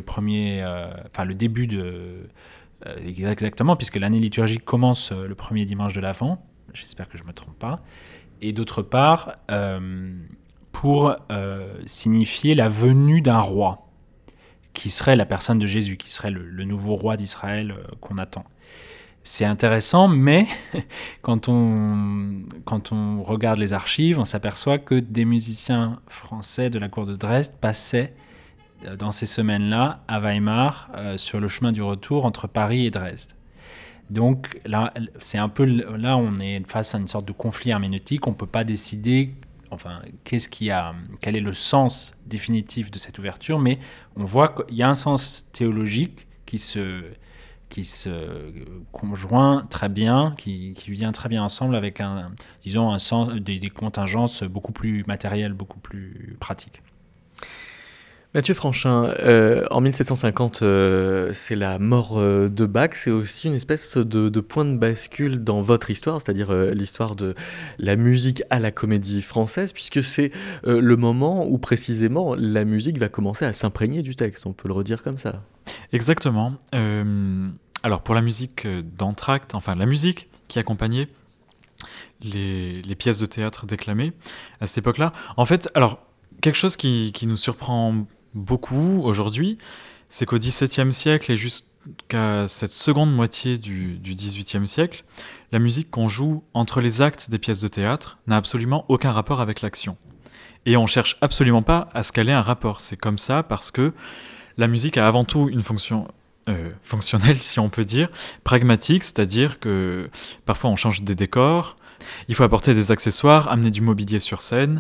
exactement, puisque l'année liturgique commence le premier dimanche de l'Avent, j'espère que je ne me trompe pas, et d'autre part, pour signifier la venue d'un roi, qui serait la personne de Jésus, qui serait le nouveau roi d'Israël qu'on attend. C'est intéressant, mais quand on regarde les archives, on s'aperçoit que des musiciens français de la cour de Dresde passaient dans ces semaines-là à Weimar sur le chemin du retour entre Paris et Dresde. Donc là, on est face à une sorte de conflit herméneutique. On ne peut pas décider quel est le sens définitif de cette ouverture, mais on voit qu'il y a un sens théologique qui se conjoint très bien, qui vient très bien ensemble avec un sens, des contingences beaucoup plus matérielles, beaucoup plus pratiques. Mathieu Franchin, en 1750, c'est la mort de Bach, c'est aussi une espèce de point de bascule dans votre histoire, c'est-à-dire l'histoire de la musique à la Comédie Française, puisque c'est le moment où précisément la musique va commencer à s'imprégner du texte, on peut le redire comme ça. Exactement. Alors pour la musique d'entracte, enfin la musique qui accompagnait les pièces de théâtre déclamées à cette époque-là, en fait, alors quelque chose qui nous surprend beaucoup aujourd'hui, c'est qu'au XVIIe siècle et jusqu'à cette seconde moitié du XVIIIe siècle, la musique qu'on joue entre les actes des pièces de théâtre n'a absolument aucun rapport avec l'action. Et on cherche absolument pas à ce qu'elle ait un rapport. C'est comme ça parce que la musique a avant tout une fonction fonctionnelle, si on peut dire, pragmatique, c'est-à-dire que parfois on change des décors, il faut apporter des accessoires, amener du mobilier sur scène,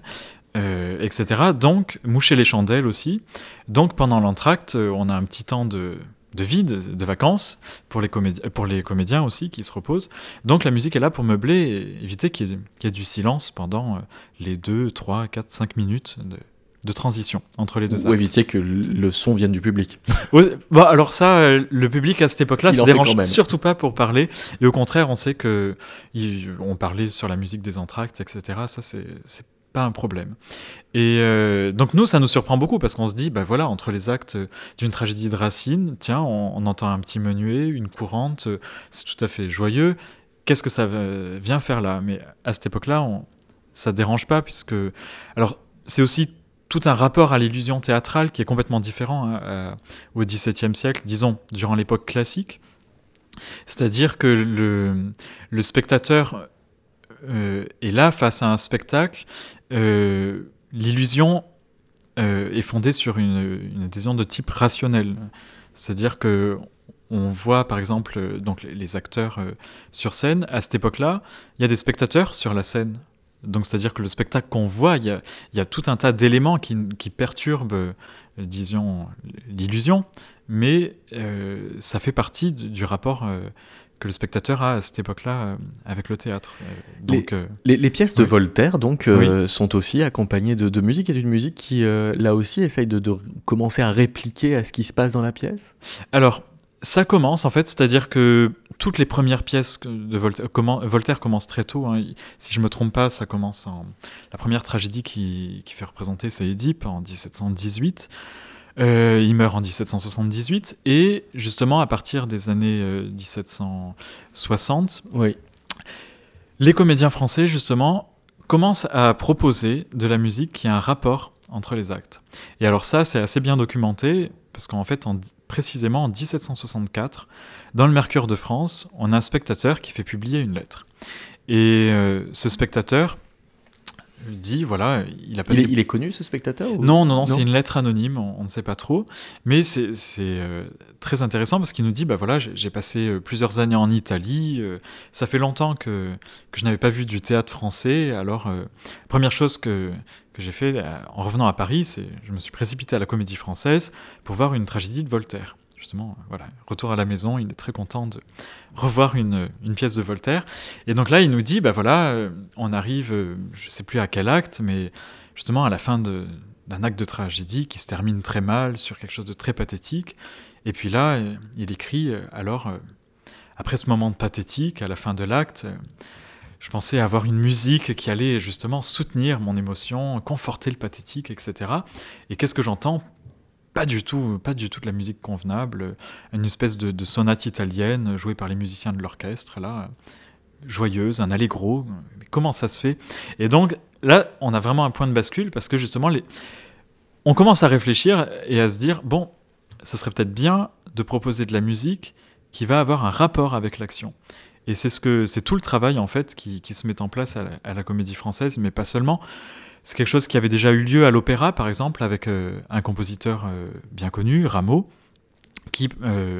etc. Donc, moucher les chandelles aussi. Donc, pendant l'entracte, on a un petit temps de vide, de vacances, pour les comédiens aussi, qui se reposent. Donc, la musique est là pour meubler et éviter qu'il y ait du silence pendant les 2, 3, 4, 5 minutes de transition entre les deux actes. Ou éviter que le son vienne du public. Bon, alors ça, le public à cette époque-là Il se en fait dérange quand même. surtout pas pour parler. Et au contraire, on sait on parlait sur la musique des entractes, etc. Ça, c'est pas un problème. Et donc nous, ça nous surprend beaucoup parce qu'on se dit, bah voilà, entre les actes d'une tragédie de Racine, tiens, on entend un petit menuet, une courante, c'est tout à fait joyeux. Qu'est-ce que ça vient faire là ? Mais à cette époque-là, ça dérange pas puisque... Alors, c'est aussi tout un rapport à l'illusion théâtrale qui est complètement différent au XVIIe siècle, disons, durant l'époque classique. C'est-à-dire que le spectateur est là face à un spectacle. L'illusion est fondée sur une adhésion de type rationnel. C'est-à-dire que on voit, par exemple, donc les acteurs sur scène. À cette époque-là, il y a des spectateurs sur la scène. Donc, c'est-à-dire que le spectacle qu'on voit, il y a tout un tas d'éléments qui perturbent, disons, l'illusion, mais ça fait partie du rapport que le spectateur a à cette époque-là avec le théâtre. Donc, les pièces de oui. Voltaire donc, Oui. sont aussi accompagnées de musique, et d'une musique qui, là aussi, essaye de commencer à répliquer à ce qui se passe dans la pièce. Alors, ça commence en fait, c'est-à-dire que toutes les premières pièces de Voltaire commencent très tôt. Hein. Si je me trompe pas, ça commence la première tragédie qui fait représenter, c'est Édipe en 1718. Il meurt en 1778 et justement à partir des années 1760, Oui. les comédiens français justement commencent à proposer de la musique qui a un rapport entre les actes. Et alors ça, c'est assez bien documenté parce qu'en fait, précisément en 1764, dans le Mercure de France, on a un spectateur qui fait publier une lettre. Et ce spectateur dit, voilà, il a passé... Il est connu, ce spectateur ou... Non, c'est une lettre anonyme, on ne sait pas trop. Mais c'est très intéressant parce qu'il nous dit, bah voilà, j'ai passé plusieurs années en Italie, ça fait longtemps que je n'avais pas vu du théâtre français, alors première chose que j'ai fait en revenant à Paris, c'est je me suis précipité à la Comédie Française pour voir une tragédie de Voltaire. Justement, voilà, retour à la maison, il est très content de revoir une pièce de Voltaire. Et donc là, il nous dit, bah voilà, on arrive, je sais plus à quel acte, mais justement à la fin d'un acte de tragédie qui se termine très mal, sur quelque chose de très pathétique. Et puis là, il écrit, alors, après ce moment de pathétique, à la fin de l'acte, je pensais avoir une musique qui allait justement soutenir mon émotion, conforter le pathétique, etc. Et qu'est-ce que j'entends ? Pas du tout de la musique convenable, une espèce de sonate italienne jouée par les musiciens de l'orchestre, là, joyeuse, un allegro. Mais comment ça se fait ? Et donc là, on a vraiment un point de bascule parce que justement, on commence à réfléchir et à se dire, bon, ça serait peut-être bien de proposer de la musique qui va avoir un rapport avec l'action. Et c'est tout le travail en fait qui se met en place à la Comédie Française, mais pas seulement. C'est quelque chose qui avait déjà eu lieu à l'opéra, par exemple, avec un compositeur bien connu, Rameau, qui,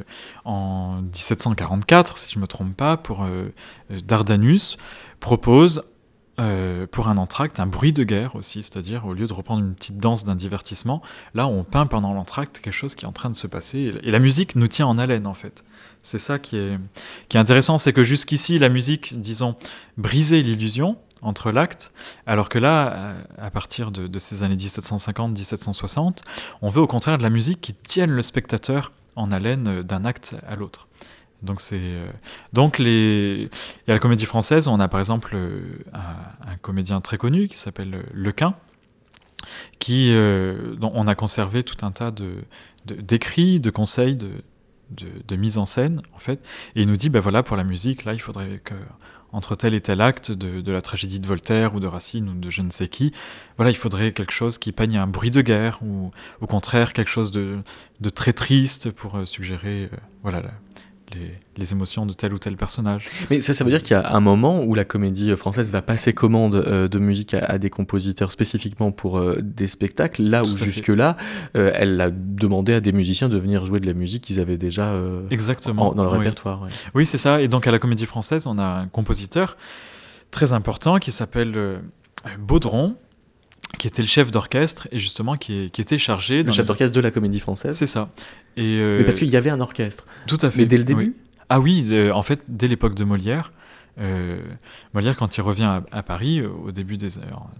en 1744, si je ne me trompe pas, pour Dardanus, propose, pour un entracte, un bruit de guerre aussi, c'est-à-dire, au lieu de reprendre une petite danse d'un divertissement, là, on peint pendant l'entracte quelque chose qui est en train de se passer, et la musique nous tient en haleine, en fait. C'est ça qui est intéressant, c'est que jusqu'ici, la musique, disons, brisait l'illusion entre l'acte, alors que là, à partir de ces années 1750-1760, on veut au contraire de la musique qui tienne le spectateur en haleine d'un acte à l'autre. Donc et à la Comédie Française, on a par exemple un comédien très connu qui s'appelle Lequin, dont on a conservé tout un tas d'écrits, de conseils, de mise en scène, en fait, et il nous dit, ben voilà, pour la musique, là, il faudrait que entre tel et tel acte de la tragédie de Voltaire ou de Racine ou de je ne sais qui, voilà, il faudrait quelque chose qui peigne un bruit de guerre ou au contraire quelque chose de très triste pour suggérer voilà, les émotions de tel ou tel personnage. Mais ça veut dire qu'il y a un moment où la Comédie Française va passer commande de musique à des compositeurs spécifiquement pour des spectacles, là où jusque-là, elle a demandé à des musiciens de venir jouer de la musique qu'ils avaient déjà Exactement. dans le Oui. répertoire. Ouais. Oui, c'est ça. Et donc à la Comédie Française, on a un compositeur très important qui s'appelle Baudron, qui était le chef d'orchestre et justement qui était chargé... Le chef d'orchestre de la Comédie Française. C'est ça. Mais parce qu'il y avait un orchestre. Tout à fait. Mais dès le début ? Ah oui, en fait, dès l'époque de Molière, Molière, quand il revient à Paris, au début des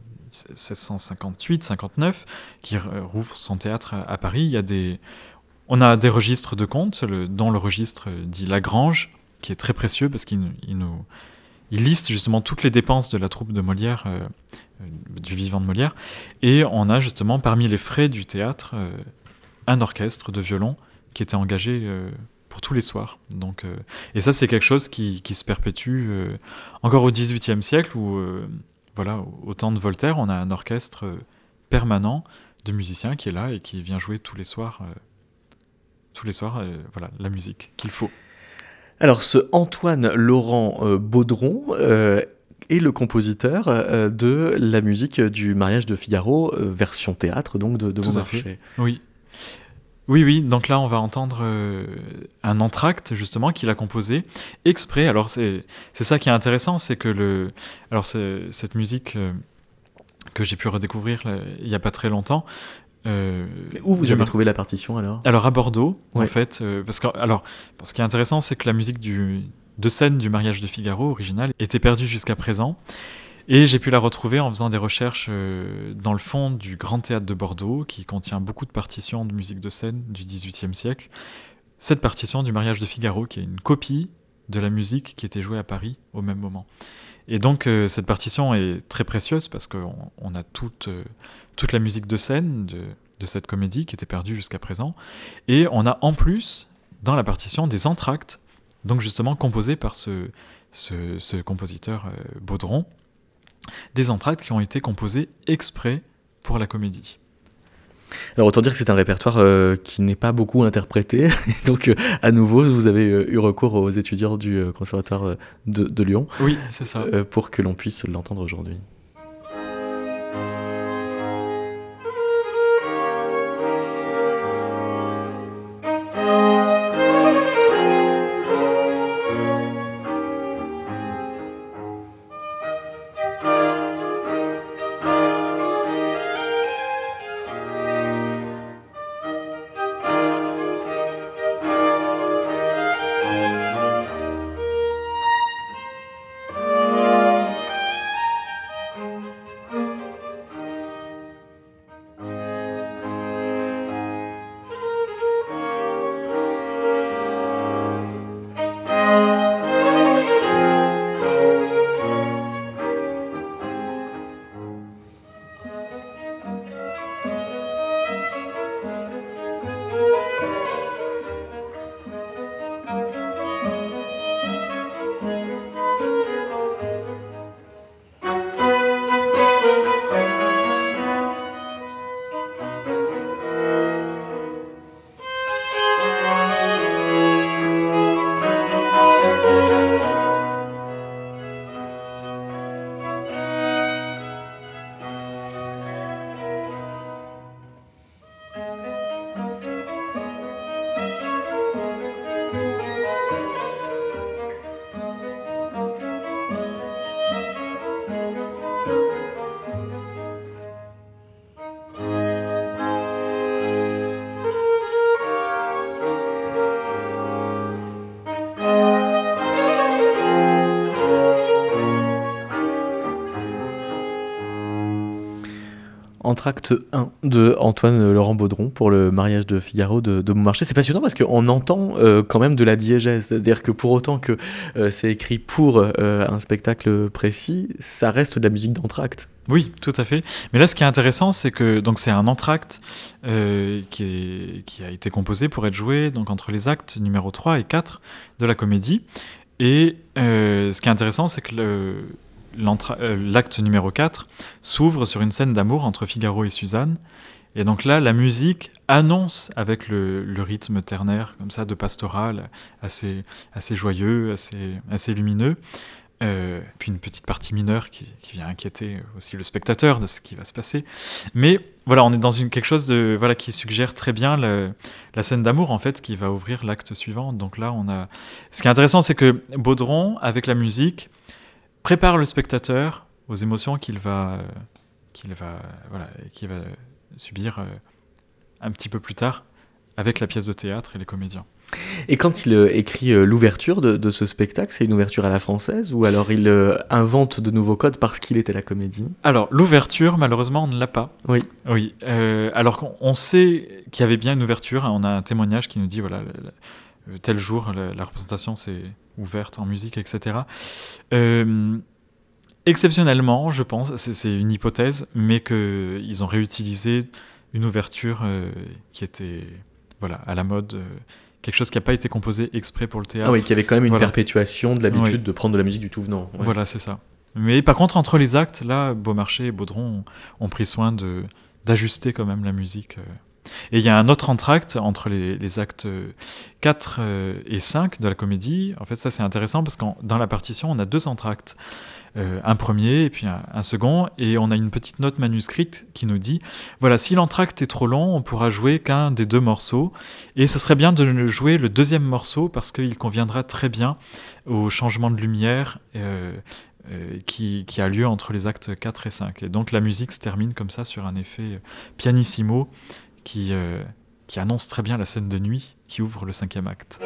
1758-59, qui rouvre son théâtre à Paris, on a des registres de comptes, dont le registre dit Lagrange, qui est très précieux parce qu'il liste justement toutes les dépenses de la troupe de Molière, du vivant de Molière, et on a justement parmi les frais du théâtre un orchestre de violon qui était engagé pour tous les soirs. Donc, et ça, c'est quelque chose qui se perpétue encore au XVIIIe siècle, où voilà, au temps de Voltaire, on a un orchestre permanent de musiciens qui est là et qui vient jouer tous les soirs, voilà, la musique qu'il faut. Alors, ce Antoine Laurent Baudron est le compositeur de la musique du mariage de Figaro, version théâtre, donc de Beaumarchais. Oui. Oui, donc là on va entendre un entracte justement qu'il a composé exprès. Alors c'est ça qui est intéressant, c'est que cette musique que j'ai pu redécouvrir il n'y a pas très longtemps. Où vous avez trouvé la partition alors ? Alors à Bordeaux, ouais. En fait, parce que ce qui est intéressant, c'est que la musique de scène du mariage de Figaro original était perdue jusqu'à présent. Et j'ai pu la retrouver en faisant des recherches dans le fond du Grand Théâtre de Bordeaux, qui contient beaucoup de partitions de musique de scène du XVIIIe siècle. Cette partition du mariage de Figaro, qui est une copie de la musique qui était jouée à Paris au même moment. Et donc cette partition est très précieuse parce qu'on a toute la musique de scène de cette comédie qui était perdue jusqu'à présent. Et on a en plus, dans la partition, des entr'actes, donc justement composés par ce compositeur Baudron, des entr'actes qui ont été composés exprès pour la comédie. Alors autant dire que c'est un répertoire qui n'est pas beaucoup interprété, donc à nouveau vous avez eu recours aux étudiants du conservatoire de Lyon. Oui, c'est ça. Pour que l'on puisse l'entendre aujourd'hui. Entracte 1 de Antoine Laurent Baudron pour le mariage de Figaro de Beaumarchais. C'est passionnant parce qu'on entend quand même de la diégèse, c'est-à-dire que pour autant que c'est écrit pour un spectacle précis, ça reste de la musique d'entracte. Oui, tout à fait. Mais là, ce qui est intéressant, c'est que donc c'est un entracte qui a été composé pour être joué donc entre les actes numéro 3 et 4 de la comédie. Et ce qui est intéressant, c'est que l'acte numéro 4 s'ouvre sur une scène d'amour entre Figaro et Suzanne. Et donc là, la musique annonce avec le rythme ternaire, comme ça, de pastoral, assez joyeux, assez lumineux. Puis une petite partie mineure qui vient inquiéter aussi le spectateur de ce qui va se passer. Mais voilà, on est dans quelque chose qui suggère très bien la scène d'amour, en fait, qui va ouvrir l'acte suivant. Donc là, ce qui est intéressant, c'est que Baudron, avec la musique, prépare le spectateur aux émotions qu'il va qu'il va subir un petit peu plus tard avec la pièce de théâtre et les comédiens. Et quand il écrit l'ouverture de ce spectacle, c'est une ouverture à la française ou alors il invente de nouveaux codes parce qu'il était à la comédie? Alors, l'ouverture, malheureusement, on ne l'a pas. Oui. Oui. Alors qu'on sait qu'il y avait bien une ouverture. Hein, on a un témoignage qui nous dit, voilà, tel jour, la représentation s'est ouverte en musique, etc. Exceptionnellement, je pense, c'est une hypothèse, mais qu'ils ont réutilisé une ouverture qui était à la mode, quelque chose qui n'a pas été composé exprès pour le théâtre. Ah oui, qui avait quand même une Voilà. perpétuation de l'habitude Oui. de prendre de la musique du tout venant. Ouais. Voilà, c'est ça. Mais par contre, entre les actes, là, Beaumarchais et Baudron ont pris soin d'ajuster quand même la musique. Et il y a un autre entracte entre les actes 4 et 5 de la comédie. En fait, ça, c'est intéressant parce que dans la partition, on a 2 entractes. Un premier et puis un second. Et on a une petite note manuscrite qui nous dit, voilà, si l'entracte est trop long, on pourra jouer qu'un des 2 morceaux. Et ce serait bien de jouer le 2e morceau parce qu'il conviendra très bien au changement de lumière qui a lieu entre les actes 4 et 5. Et donc la musique se termine comme ça sur un effet pianissimo qui annonce très bien la scène de nuit qui ouvre le 5e acte.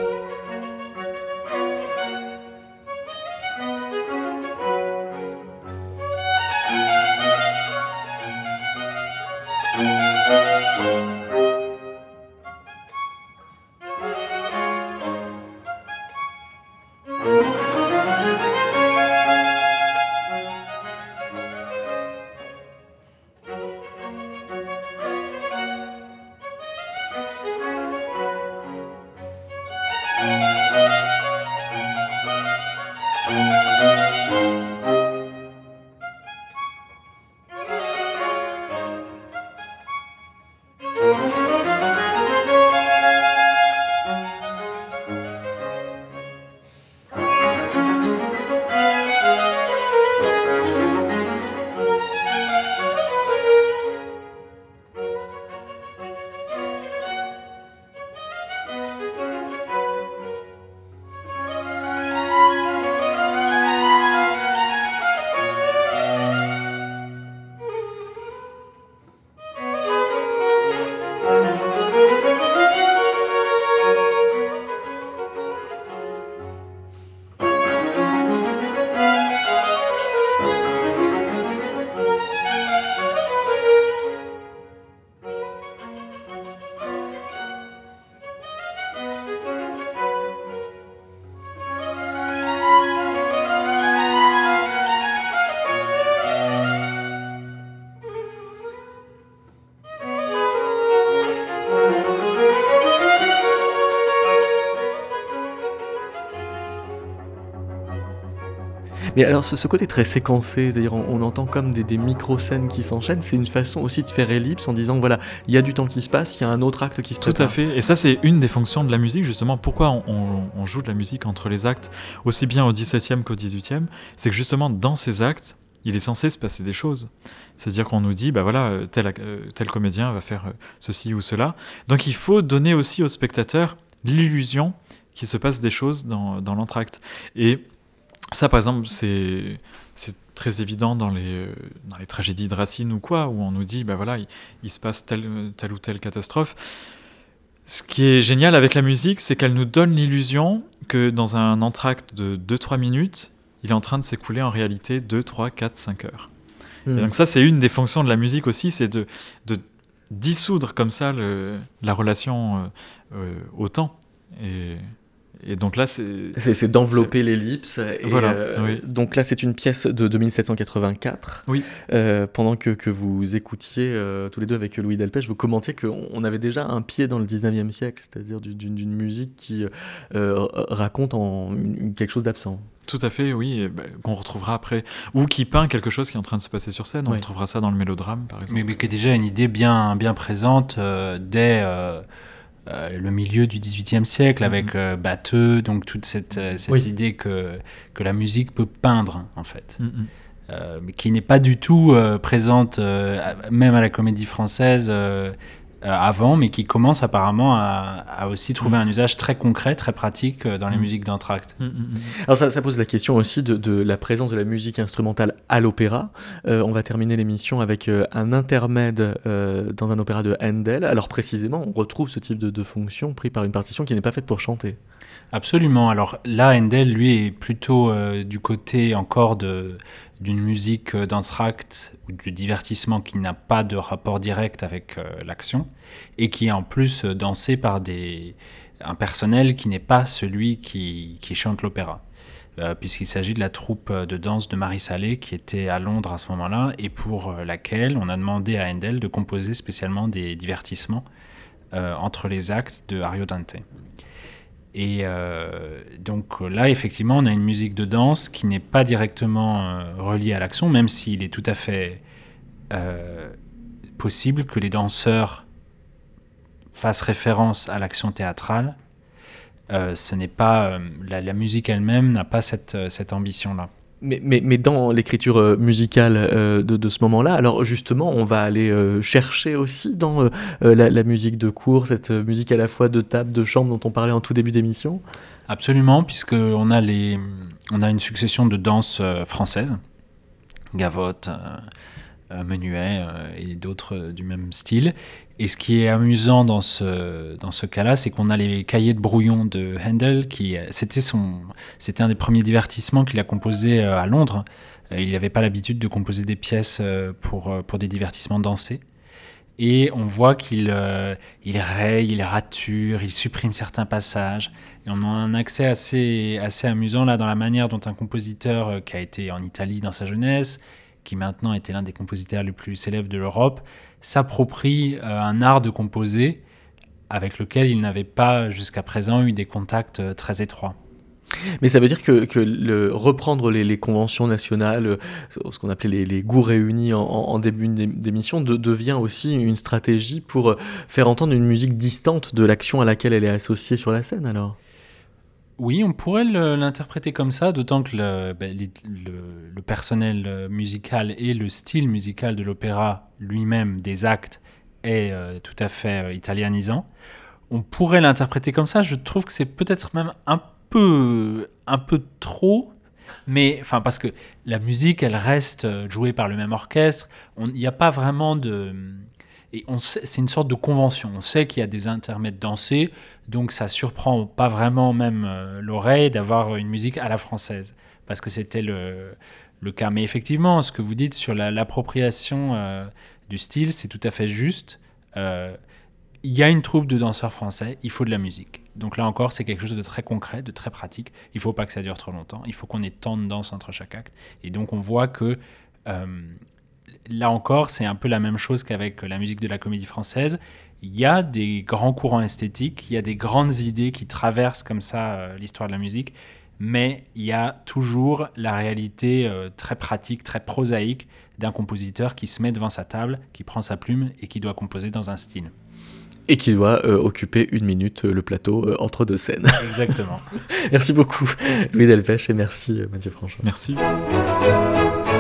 Mais alors ce côté très séquencé, c'est-à-dire on entend comme des micro-scènes qui s'enchaînent, c'est une façon aussi de faire ellipse en disant voilà, il y a du temps qui se passe, il y a un autre acte qui se prépare. Tout à fait, et ça c'est une des fonctions de la musique justement, pourquoi on joue de la musique entre les actes, aussi bien au XVIIe qu'au XVIIIe, c'est que justement dans ces actes, il est censé se passer des choses. C'est-à-dire qu'on nous dit, bah voilà, tel comédien va faire ceci ou cela. Donc il faut donner aussi au spectateur l'illusion qu'il se passe des choses dans l'entracte. Et ça, par exemple, c'est très évident dans les tragédies de Racine ou quoi, où on nous dit, bah voilà, il se passe telle ou telle catastrophe. Ce qui est génial avec la musique, c'est qu'elle nous donne l'illusion que dans un entracte de 2-3 minutes, il est en train de s'écouler en réalité 2, 3, 4, 5 heures. Et donc ça, c'est une des fonctions de la musique aussi, c'est de dissoudre comme ça la relation au temps. Et donc là, c'est d'envelopper l'ellipse. Voilà, oui. Donc là, c'est une pièce de 1784. Oui. Pendant que vous écoutiez tous les deux avec Louis Delpech, vous commentiez qu'on avait déjà un pied dans le 19e siècle, c'est-à-dire d'une musique qui raconte quelque chose d'absent. Tout à fait, oui, qu'on retrouvera après, ou qui peint quelque chose qui est en train de se passer sur scène. On retrouvera ça dans le mélodrame, par exemple. Mais qui est déjà une idée bien présente dès le milieu du XVIIIe siècle, avec Batteux, donc toute cette idée que la musique peut peindre, en fait. Mais qui n'est pas du tout présente, même à la Comédie Française, avant, mais qui commence apparemment à aussi trouver un usage très concret, très pratique dans les musiques d'entracte. Alors ça pose la question aussi de la présence de la musique instrumentale à l'opéra. On va terminer l'émission avec un intermède dans un opéra de Handel. Alors précisément, on retrouve ce type de fonction pris par une partition qui n'est pas faite pour chanter. Absolument. Alors là, Handel, lui, est plutôt du côté encore d'une musique d'entracte ou du divertissement qui n'a pas de rapport direct avec l'action et qui est en plus dansé par un personnel qui n'est pas celui qui chante l'opéra. Puisqu'il s'agit de la troupe de danse de Marie Salé qui était à Londres à ce moment-là et pour laquelle on a demandé à Handel de composer spécialement des divertissements entre les actes de Ariodante. Et donc là, effectivement, on a une musique de danse qui n'est pas directement reliée à l'action, même s'il est tout à fait possible que les danseurs fassent référence à l'action théâtrale. Ce n'est pas la musique elle-même n'a pas cette ambition-là. Mais dans l'écriture musicale de ce moment-là, alors justement, on va aller chercher aussi dans la musique de cour, cette musique à la fois de table, de chambre dont on parlait en tout début d'émission. Absolument, puisqu'on a une succession de danses françaises, gavotte, menuet et d'autres du même style. Et ce qui est amusant dans ce cas-là, c'est qu'on a les cahiers de brouillon de Handel, c'était un des premiers divertissements qu'il a composé à Londres. Il n'avait pas l'habitude de composer des pièces pour des divertissements dansés. Et on voit qu'il raye, il rature, il supprime certains passages. Et on a un accès assez amusant là dans la manière dont un compositeur qui a été en Italie dans sa jeunesse, qui maintenant était l'un des compositeurs les plus célèbres de l'Europe, s'approprie un art de composer avec lequel il n'avait pas jusqu'à présent eu des contacts très étroits. Mais ça veut dire que reprendre les conventions nationales, ce qu'on appelait les goûts réunis en début d'émission, devient aussi une stratégie pour faire entendre une musique distante de l'action à laquelle elle est associée sur la scène, alors ? Oui, on pourrait l'interpréter comme ça, d'autant que le personnel musical et le style musical de l'opéra lui-même, des actes, est tout à fait italianisant. On pourrait l'interpréter comme ça, je trouve que c'est peut-être même un peu trop, mais enfin parce que la musique, elle reste jouée par le même orchestre, il n'y a pas vraiment et c'est une sorte de convention. On sait qu'il y a des intermèdes dansés, donc ça surprend pas vraiment même l'oreille d'avoir une musique à la française, parce que c'était le cas. Mais effectivement, ce que vous dites sur l'appropriation du style, c'est tout à fait juste. Il y a une troupe de danseurs français, il faut de la musique. Donc là encore, c'est quelque chose de très concret, de très pratique. Il ne faut pas que ça dure trop longtemps. Il faut qu'on ait tant de danse entre chaque acte. Et donc on voit que là encore, c'est un peu la même chose qu'avec la musique de la Comédie Française. Il y a des grands courants esthétiques, il y a des grandes idées qui traversent comme ça l'histoire de la musique, mais il y a toujours la réalité très pratique, très prosaïque d'un compositeur qui se met devant sa table, qui prend sa plume et qui doit composer dans un style. Et qui doit occuper 1 minute le plateau entre deux scènes. Exactement. Merci beaucoup Louis Delpech et merci Mathieu Franchon. Merci.